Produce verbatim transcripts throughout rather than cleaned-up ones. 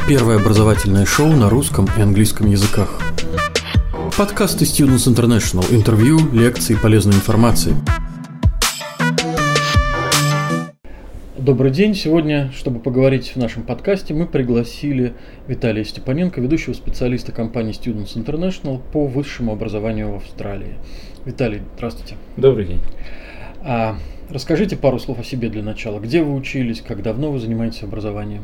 Первое образовательное шоу на русском и английском языках. Подкасты Students International. Интервью, лекции, полезной информации. Добрый день. Сегодня, чтобы поговорить в нашем подкасте, мы пригласили Виталия Степаненко, ведущего специалиста компании Students International по высшему образованию в Австралии. Виталий, здравствуйте. Добрый день. А, расскажите пару слов о себе для начала. Где вы учились, как давно вы занимаетесь образованием?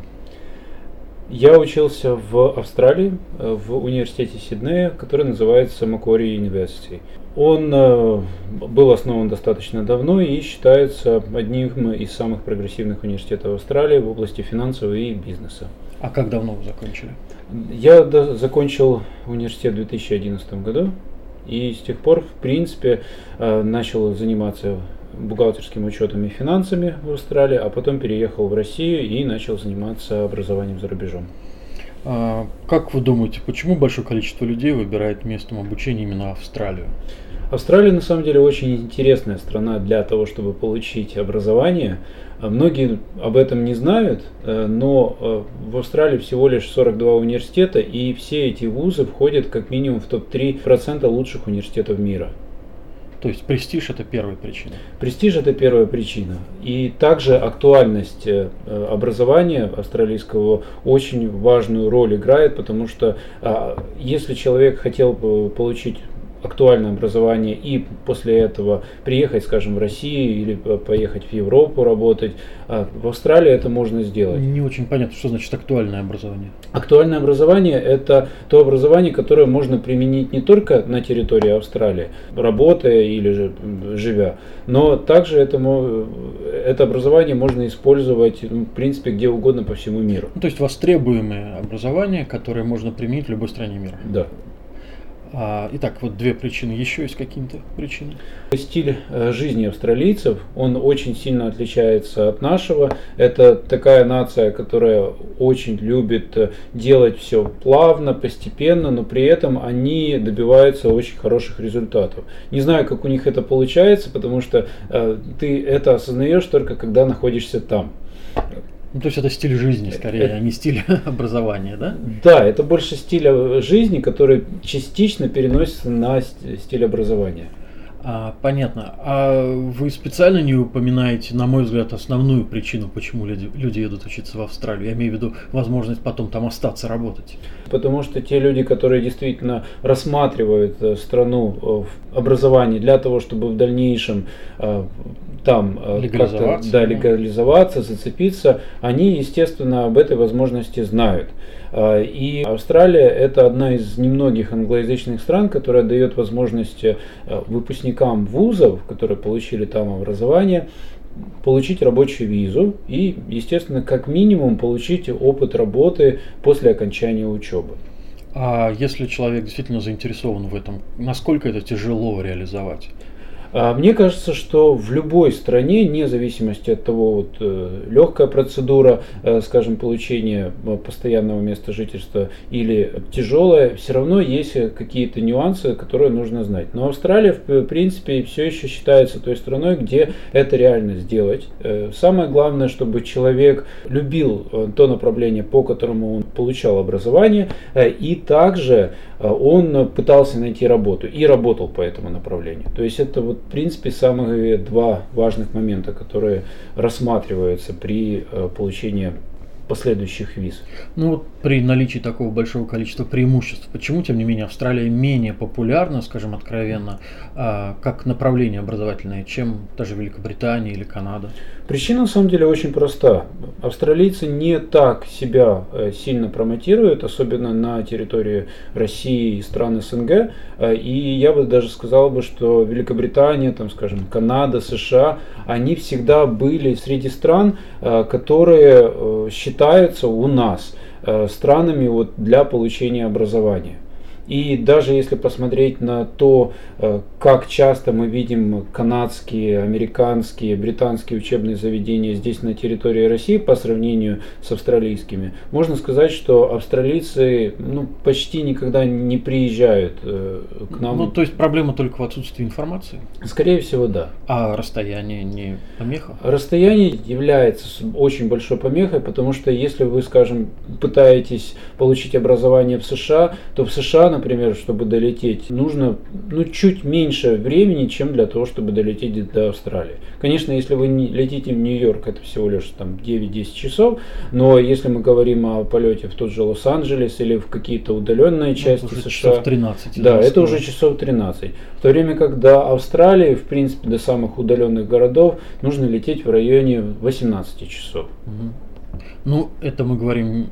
Я учился в Австралии, в университете Сиднея, который называется Macquarie University. Он э, был основан достаточно давно и считается одним из самых прогрессивных университетов Австралии в области финансов и бизнеса. А как давно вы закончили? Я до, закончил университет в две тысячи одиннадцатом году и с тех пор, в принципе, э, начал заниматься бухгалтерским учетом и финансами в Австралии, а потом переехал в Россию и начал заниматься образованием за рубежом. А, как вы думаете, почему большое количество людей выбирает местом обучения именно Австралию? Австралия на самом деле очень интересная страна для того, чтобы получить образование. Многие об этом не знают, но в Австралии всего лишь сорок два университета, и все эти вузы входят как минимум в топ три процента лучших университетов мира. То есть престиж – это первая причина? Престиж – это первая причина. И также актуальность образования австралийского очень важную роль играет, потому что если человек хотел бы получить актуальное образование и после этого приехать, скажем, в Россию или поехать в Европу работать, в Австралии это можно сделать. Не очень понятно, что значит актуальное образование. Актуальное образование – это то образование, которое можно применить не только на территории Австралии, работая или же живя, но также это, это образование можно использовать, в принципе, где угодно по всему миру. Ну, то есть востребуемое образование, которое можно применить в любой стране мира. Да. Итак, вот две причины. Еще есть какие-то причины? Стиль жизни австралийцев, он очень сильно отличается от нашего. Это такая нация, которая очень любит делать все плавно, постепенно, но при этом они добиваются очень хороших результатов. Не знаю, как у них это получается, потому что ты это осознаешь только когда находишься там. Ну, то есть это стиль жизни скорее, это, а не стиль образования, да? Да, это больше стиль жизни, который частично переносится на стиль образования. А, понятно. А вы специально не упоминаете, на мой взгляд, основную причину, почему люди, люди едут учиться в Австралию? Я имею в виду возможность потом там остаться работать. Потому что те люди, которые действительно рассматривают страну в образовании для того, чтобы в дальнейшем там легализоваться, да, легализоваться, зацепиться, они, естественно, об этой возможности знают. И Австралия – это одна из немногих англоязычных стран, которая дает возможность выпускникам вузов, которые получили там образование, получить рабочую визу и, естественно, как минимум получить опыт работы после окончания учебы. А если человек действительно заинтересован в этом, насколько это тяжело реализовать? Мне кажется, что в любой стране, вне зависимости от того, вот, легкая процедура, скажем, получения постоянного места жительства или тяжелая, все равно есть какие-то нюансы, которые нужно знать. Но Австралия, в принципе, все еще считается той страной, где это реально сделать. Самое главное, чтобы человек любил то направление, по которому он получал образование, и также он пытался найти работу и работал по этому направлению. То есть это вот в принципе самые два важных момента, которые рассматриваются при получении последующих виз. Ну вот при наличии такого большого количества преимуществ, почему, тем не менее, Австралия менее популярна, скажем откровенно, как направление образовательное, чем даже Великобритания или Канада? Причина на самом деле очень проста. Австралийцы не так себя сильно промотируют, особенно на территории России и стран СНГ. И я бы даже сказал бы, что Великобритания, там, скажем, Канада, США, они всегда были среди стран, которые считаются у нас странами вот для получения образования. И даже если посмотреть на то, как часто мы видим канадские, американские, британские учебные заведения здесь на территории России по сравнению с австралийскими, можно сказать, что австралийцы ну, почти никогда не приезжают к нам. Ну, то есть проблема только в отсутствии информации? Скорее всего, да. А расстояние не помеха? Расстояние является очень большой помехой, потому что если вы, скажем, пытаетесь получить образование в США, то в США, например, чтобы долететь, нужно ну, чуть меньше времени, чем для того, чтобы долететь до Австралии. Конечно, если вы не летите в Нью-Йорк, это всего лишь там, девять-десять часов, но если мы говорим о полете в тот же Лос-Анджелес или в какие-то удаленные части это уже США, часов тринадцать, да, это уже часов тринадцать. В то время как до Австралии, в принципе, до самых удаленных городов нужно лететь в районе восемнадцати часов. Угу. Ну, это мы говорим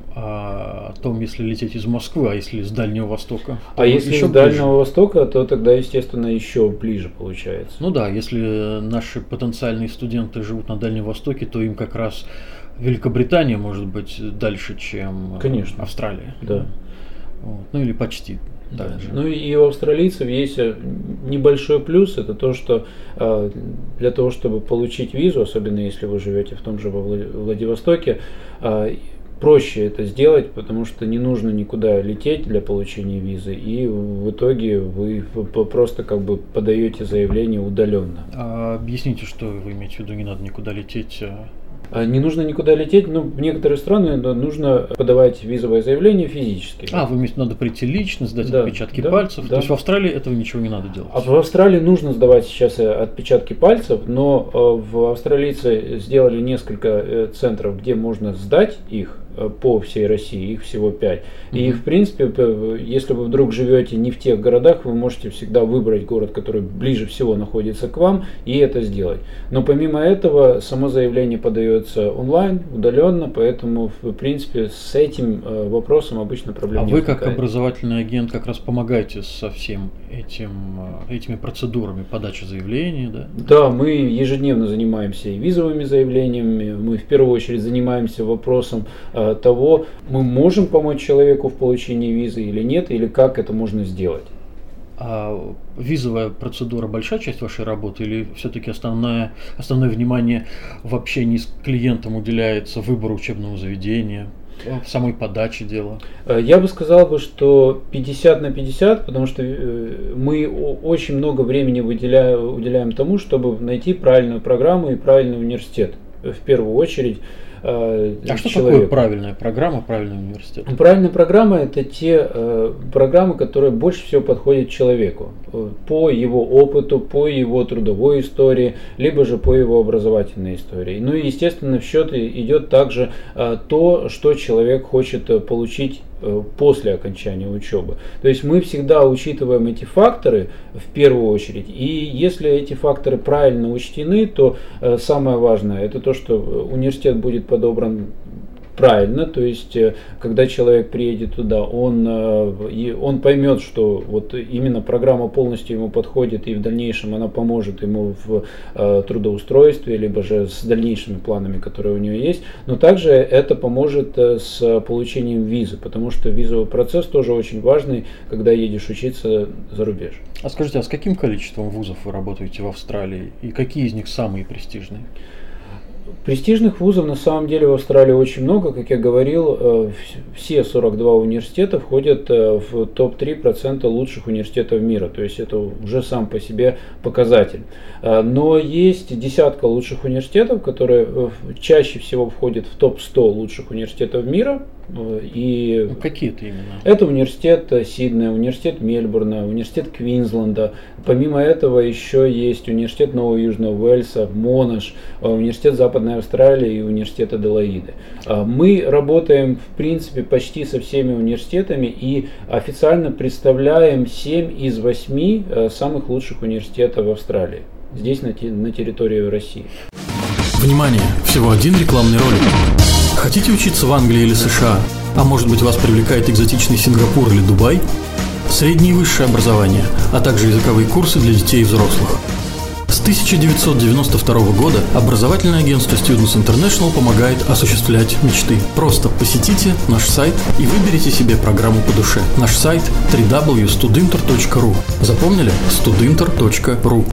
о том, если лететь из Москвы, а если из Дальнего Востока. А если из Дальнего Востока, то тогда, естественно, еще ближе получается. Ну да, если наши потенциальные студенты живут на Дальнем Востоке, то им как раз Великобритания может быть дальше, чем Конечно. Австралия. Да. Вот. Ну или почти. Да. Ну и у австралийцев есть небольшой плюс, это то, что э, для того, чтобы получить визу, особенно если вы живете в том же во Владивостоке, э, проще это сделать, потому что не нужно никуда лететь для получения визы, и в итоге вы просто как бы подаете заявление удаленно. А объясните, что вы имеете в виду, не надо никуда лететь? Не нужно никуда лететь, но в некоторые страны нужно подавать визовое заявление физически. А, вы имеете, надо прийти лично, сдать да, отпечатки да, пальцев. Да. То есть в Австралии этого ничего не надо делать. А в Австралии нужно сдавать сейчас отпечатки пальцев, но в австралийцы сделали несколько центров, где можно сдать их по всей России, их всего пять. Mm-hmm. И в принципе, если вы вдруг живете не в тех городах, вы можете всегда выбрать город, который ближе всего находится к вам, и это сделать. Но помимо этого, само заявление подается онлайн, удаленно, поэтому в принципе с этим вопросом обычно проблем а не вы возникает. Как образовательный агент как раз помогаете со всем этим, этими процедурами подачи заявления, да? Да, мы ежедневно занимаемся и визовыми заявлениями, мы в первую очередь занимаемся вопросом того, мы можем помочь человеку в получении визы или нет, или как это можно сделать. А визовая процедура большая часть вашей работы, или все-таки основное, основное внимание в общении с клиентом уделяется выбору учебного заведения, самой подаче дела? Я бы сказал, бы, что пятьдесят на пятьдесят, потому что мы очень много времени выделяем, уделяем тому, чтобы найти правильную программу и правильный университет в первую очередь. А что человеку. Такое правильная программа, правильный университет? Правильная программа – это те э, программы, которые больше всего подходят человеку э, по его опыту, по его трудовой истории, либо же по его образовательной истории. Ну и, естественно, в счет идет также э, то, что человек хочет получить после окончания учебы. То есть мы всегда учитываем эти факторы в первую очередь, и если эти факторы правильно учтены, то э, самое важное это то, что университет будет подобран правильно, то есть когда человек приедет туда, он, он поймет, что вот именно программа полностью ему подходит, и в дальнейшем она поможет ему в трудоустройстве, либо же с дальнейшими планами, которые у него есть, но также это поможет с получением визы, потому что визовый процесс тоже очень важный, когда едешь учиться за рубеж. А скажите, а с каким количеством вузов вы работаете в Австралии, и какие из них самые престижные? Престижных вузов на самом деле в Австралии очень много. Как я говорил, все сорок два университета входят в топ три процента лучших университетов мира. То есть это уже сам по себе показатель. Но есть десятка лучших университетов, которые чаще всего входят в топ сто лучших университетов мира. И какие это именно? Это университет Сиднея, университет Мельбурна, университет Квинсленда. Помимо этого еще есть университет Нового Южного Уэльса, Монаш, университет Западной Австралии и университет Аделаиды. Мы работаем в принципе почти со всеми университетами и официально представляем семь из восьми самых лучших университетов Австралии, здесь на территории России. Внимание! Всего один рекламный ролик. Хотите учиться в Англии или США? А может быть, вас привлекает экзотичный Сингапур или Дубай? Среднее и высшее образование, а также языковые курсы для детей и взрослых. С тысяча девятьсот девяносто второго года образовательное агентство Students International помогает осуществлять мечты. Просто посетите наш сайт и выберите себе программу по душе. Наш сайт дабл ю дабл ю дабл ю точка студинтер точка ру. Запомнили? студинтер точка ру.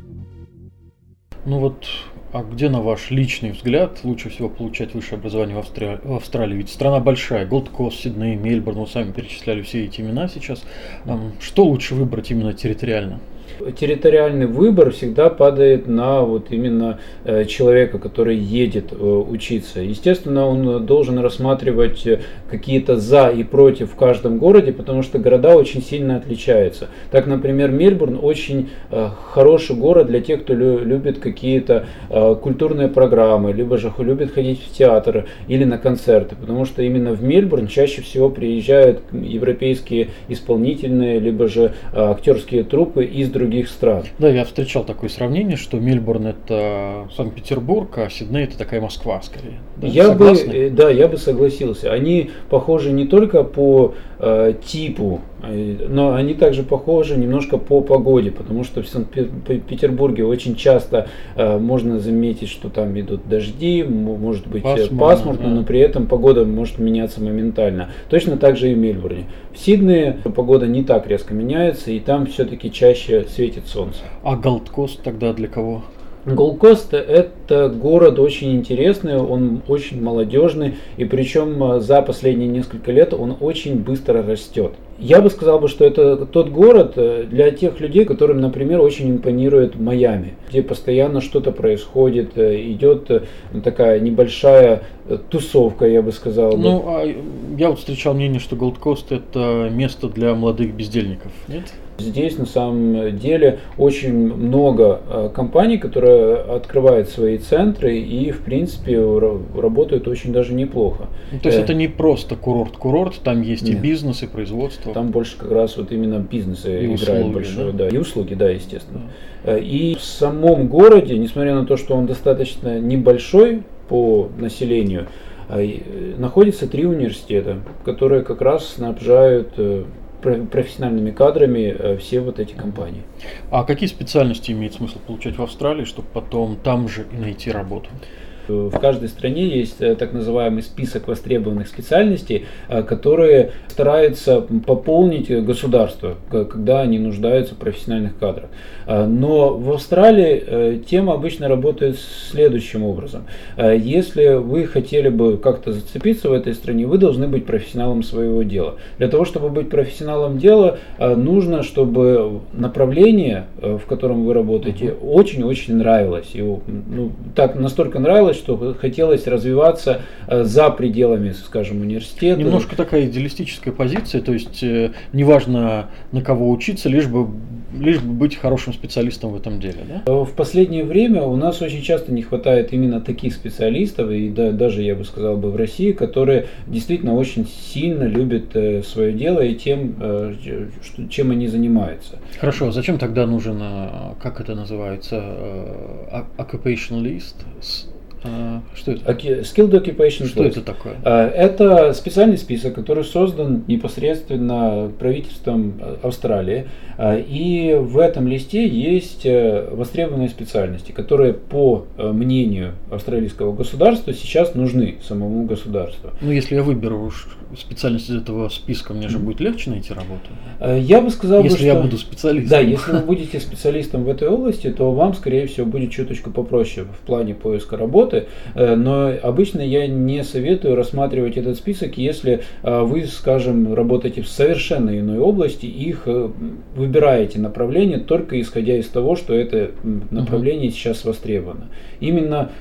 Ну вот, а где, на ваш личный взгляд, лучше всего получать высшее образование в Австралии? В Австралии? Ведь страна большая. Голд Кост, Сидней, Мельбурн, вы сами перечисляли все эти имена сейчас. Что лучше выбрать именно территориально? Территориальный выбор всегда падает на вот именно э, человека, который едет э, учиться. Естественно, он должен рассматривать какие-то за и против в каждом городе, потому что города очень сильно отличаются. Так, например, Мельбурн очень э, хороший город для тех, кто лю- любит какие-то э, культурные программы, либо же любит ходить в театр или на концерты, потому что именно в Мельбурн чаще всего приезжают европейские исполнительные, либо же э, актерские труппы из других других стран. Да, я встречал такое сравнение, что Мельбурн — это Санкт-Петербург, а Сидней — это такая Москва скорее. Да, я бы, да, я бы согласился. Они похожи не только по э, типу, но они также похожи немножко по погоде, потому что в Санкт-Петербурге очень часто э, можно заметить, что там идут дожди, может быть пасмурно, пасмурно да. но при этом погода может меняться моментально. Точно так же и в Мельбурне. В Сиднее погода не так резко меняется, и там все-таки чаще светит солнце. А Голд Кост тогда для кого? Голд Кост — это город очень интересный, он очень молодежный, и причем за последние несколько лет он очень быстро растет. Я бы сказал, что это тот город для тех людей, которым, например, очень импонирует Майами, где постоянно что-то происходит, идет такая небольшая тусовка, я бы сказал. Ну, а я вот встречал мнение, что Голд Кост — это место для молодых бездельников, нет? Здесь на самом деле очень много компаний, которые открывают свои центры и, в принципе, работают очень даже неплохо. Ну, то есть э... это не просто курорт-курорт, там есть Нет. и бизнес, и производство. Там больше как раз вот именно бизнесы и играют услуги, большое, да? Да, и услуги, да, естественно. Да. И в самом городе, несмотря на то, что он достаточно небольшой по населению, находится три университета, которые как раз снабжают профессиональными кадрами все вот эти компании. А какие специальности имеет смысл получать в Австралии, чтобы потом там же и найти работу? В каждой стране есть так называемый список востребованных специальностей, которые старается пополнить государство, когда они нуждаются в профессиональных кадрах. Но в Австралии тема обычно работает следующим образом. Если вы хотели бы как-то зацепиться в этой стране, вы должны быть профессионалом своего дела. Для того, чтобы быть профессионалом дела, нужно, чтобы направление, в котором вы работаете, очень-очень нравилось. И, ну, так настолько нравилось, что хотелось развиваться за пределами, скажем, университета. Немножко такая идеалистическая позиция, то есть э, неважно на кого учиться, лишь бы, лишь бы быть хорошим специалистом в этом деле. Да? В последнее время у нас очень часто не хватает именно таких специалистов, и да, даже, я бы сказал, бы в России, которые действительно очень сильно любят э, свое дело и тем, э, что, чем они занимаются. Хорошо, зачем тогда нужен, как это называется, э, occupational list? А, что это? Skilled Occupation Что List. Это такое? Это специальный список, который создан непосредственно правительством Австралии. И в этом листе есть востребованные специальности, которые, по мнению австралийского государства, сейчас нужны самому государству. Ну, если я выберу специальность из этого списка, мне же будет легче найти работу? Я бы сказал, если бы, что... я буду специалистом. Да, если вы будете специалистом в этой области, то вам, скорее всего, будет чуточку попроще в плане поиска работы. Но обычно я не советую рассматривать этот список, если вы, скажем, работаете в совершенно иной области, их выбираете направление только исходя из того, что это направление сейчас востребовано. Именно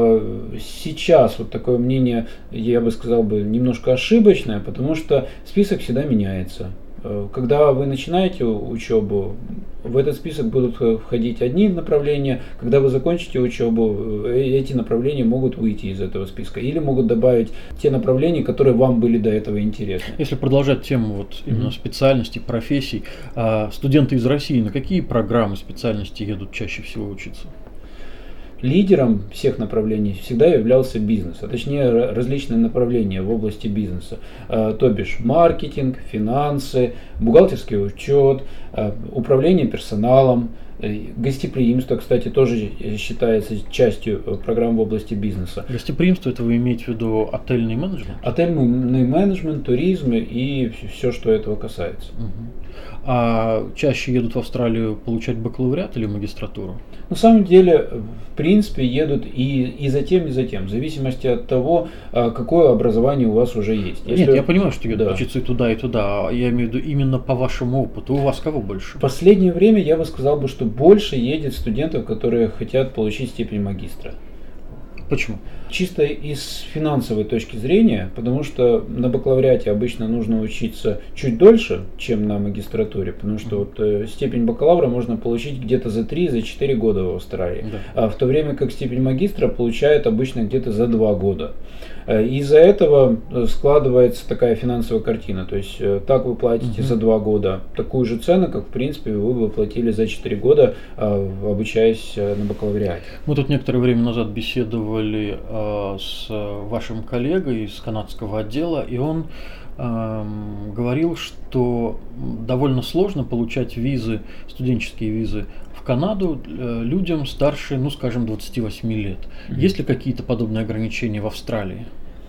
сейчас вот такое мнение, я бы сказал, бы немножко ошибочное, потому что список всегда меняется. Когда вы начинаете учебу, в этот список будут входить одни направления. Когда вы закончите учебу, эти направления могут выйти из этого списка или могут добавить те направления, которые вам были до этого интересны. Если продолжать тему вот именно mm-hmm. специальностей, профессий, студенты из России на какие программы специальности едут чаще всего учиться? Лидером всех направлений всегда являлся бизнес, а точнее различные направления в области бизнеса, то бишь маркетинг, финансы, бухгалтерский учет, управление персоналом, Гостеприимство, кстати, тоже считается частью программ в области бизнеса. Гостеприимство — это вы имеете в виду отельный менеджмент? Отельный менеджмент, туризм и все, что этого касается. Угу. А чаще едут в Австралию получать бакалавриат или магистратуру? На самом деле, в принципе, едут и, и за тем, и за тем, в зависимости от того, какое образование у вас уже есть. Если... Нет, я понимаю, что едут да. учиться и туда, и туда. Я имею в виду именно по вашему опыту. У вас кого больше? В последнее время я бы сказал, бы, что больше едет студентов, которые хотят получить степень магистра. Почему? Чисто из финансовой точки зрения, потому что на бакалавриате обычно нужно учиться чуть дольше, чем на магистратуре, потому что вот, э, степень бакалавра можно получить где-то за три-четыре года в Австралии, да. А в то время как степень магистра получают обычно где-то за два года. Из-за этого складывается такая финансовая картина, то есть так вы платите uh-huh. за два года такую же цену, как в принципе вы бы платили за четыре года, обучаясь на бакалавриате. Мы тут некоторое время назад беседовали с вашим коллегой из канадского отдела, и он эм, говорил, что довольно сложно получать визы, студенческие визы в Канаду людям старше, ну скажем, двадцати восьми лет. Mm-hmm. Есть ли какие-то подобные ограничения в Австралии?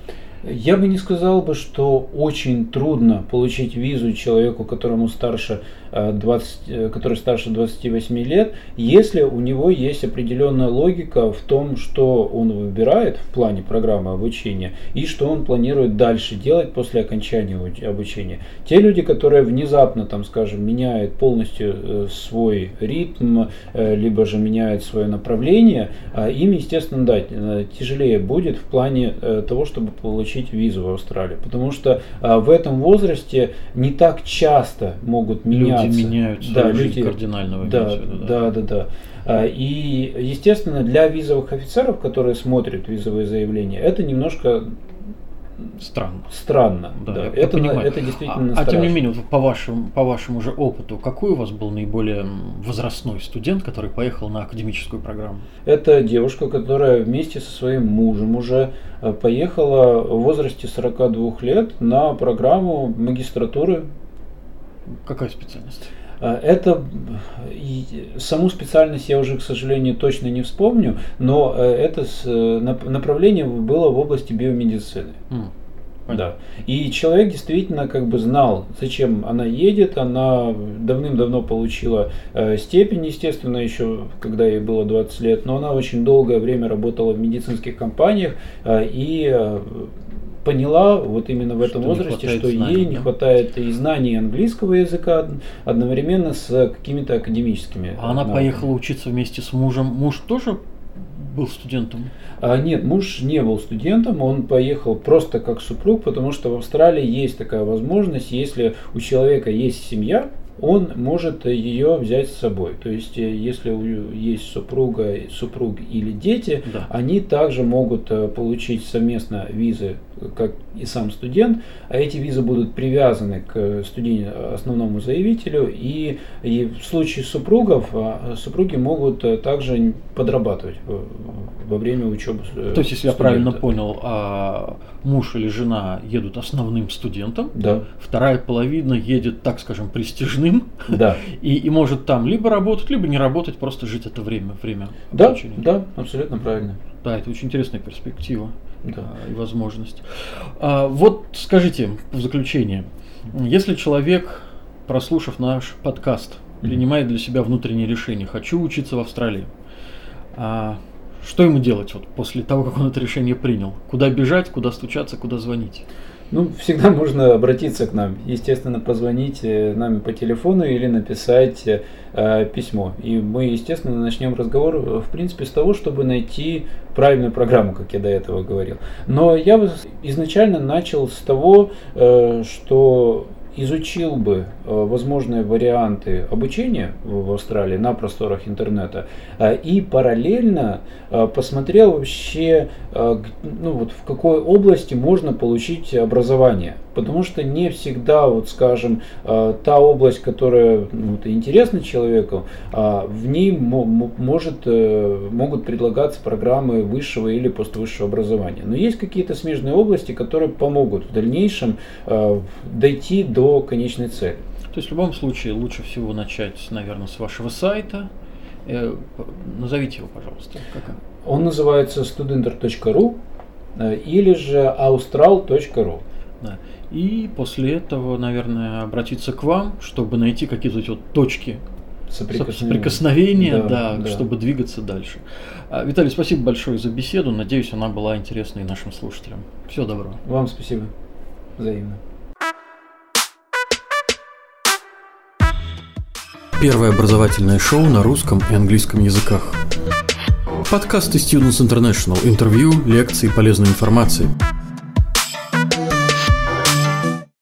Я бы не сказал бы, что очень трудно получить визу человеку, которому старше двадцати, который старше двадцати восьми лет, если у него есть определенная логика в том, что он выбирает в плане программы обучения и что он планирует дальше делать после окончания обучения. Те люди, которые внезапно, там, скажем, меняют полностью свой ритм, либо же меняют свое направление, им, естественно, да, тяжелее будет в плане того, чтобы получить визу в Австралию, потому что в этом возрасте не так часто могут меняться. Люди меняют свою да, жизнь люди, кардинально. Да, виду, да, да, да, да. И, естественно, для визовых офицеров, которые смотрят визовые заявления, это немножко странно. Странно, да. да. Я это, понимаю. это действительно а, а тем не менее, по вашему, по вашему же опыту, какой у вас был наиболее возрастной студент, который поехал на академическую программу? Это девушка, которая вместе со своим мужем уже поехала в возрасте сорока двух лет на программу магистратуры. Какая специальность? Это, саму специальность я уже, к сожалению, точно не вспомню, но это направление было в области биомедицины. Mm. Да. И человек действительно как бы знал, зачем она едет. Она давным-давно получила э, степень, естественно, еще когда ей было двадцать лет, но она очень долгое время работала в медицинских компаниях э, и э, поняла вот именно в этом что возрасте, что знаний, ей да? не хватает и знаний английского языка одновременно с какими-то академическими. А она навыками. Поехала учиться вместе с мужем. Муж тоже был студентом? А, нет, муж не был студентом, он поехал просто как супруг, потому что в Австралии есть такая возможность, если у человека есть семья, он может ее взять с собой. То есть, если есть супруга, супруг или дети, да. они также могут получить совместно визы, как и сам студент, а эти визы будут привязаны к студент, основному заявителю, и, и в случае супругов, супруги могут также подрабатывать во время учебы. То есть, если студента. Я правильно понял, а муж или жена едут основным студентом, да. вторая половина едет, так скажем, престижным, да. и, и может там либо работать, либо не работать, просто жить это время, время да, обучения. Да, абсолютно правильно. Да, это очень интересная перспектива. Да. И возможность. А, вот скажите в заключение, если человек, прослушав наш подкаст, mm-hmm. принимает для себя внутреннее решение, хочу учиться в Австралии, а, что ему делать вот, после того, как он это решение принял? Куда бежать, куда стучаться, куда звонить? Ну, всегда можно обратиться к нам, естественно, позвонить нам по телефону или написать э, письмо. И мы, естественно, начнем разговор, в принципе, с того, чтобы найти правильную программу, как я до этого говорил. Но я бы изначально начал с того, э, что изучил бы э, возможные варианты обучения в, в Австралии на просторах интернета э, и параллельно э, посмотрел вообще, э, ну, вот в какой области можно получить образование. Потому что не всегда, вот, скажем, э, та область, которая ну, интересна человеку, э, в ней мо- может, э, могут предлагаться программы высшего или поствысшего образования. Но есть какие-то смежные области, которые помогут в дальнейшем э, дойти до конечной цели. То есть в любом случае лучше всего начать, наверное, с вашего сайта Назовите его, пожалуйста. Как он? Он называется студентер точка ру или же аустрал точка ру. Да. И после этого, наверное, обратиться к вам, чтобы найти какие-то вот точки соприкосновения, соприкосновения да, да, да. чтобы двигаться дальше. Виталий, спасибо большое за беседу. Надеюсь, она была интересна и нашим слушателям. Всего доброго. Вам спасибо. Взаимно. Первое образовательное шоу на русском и английском языках. Подкасты Students International. Интервью, лекции, полезной информации.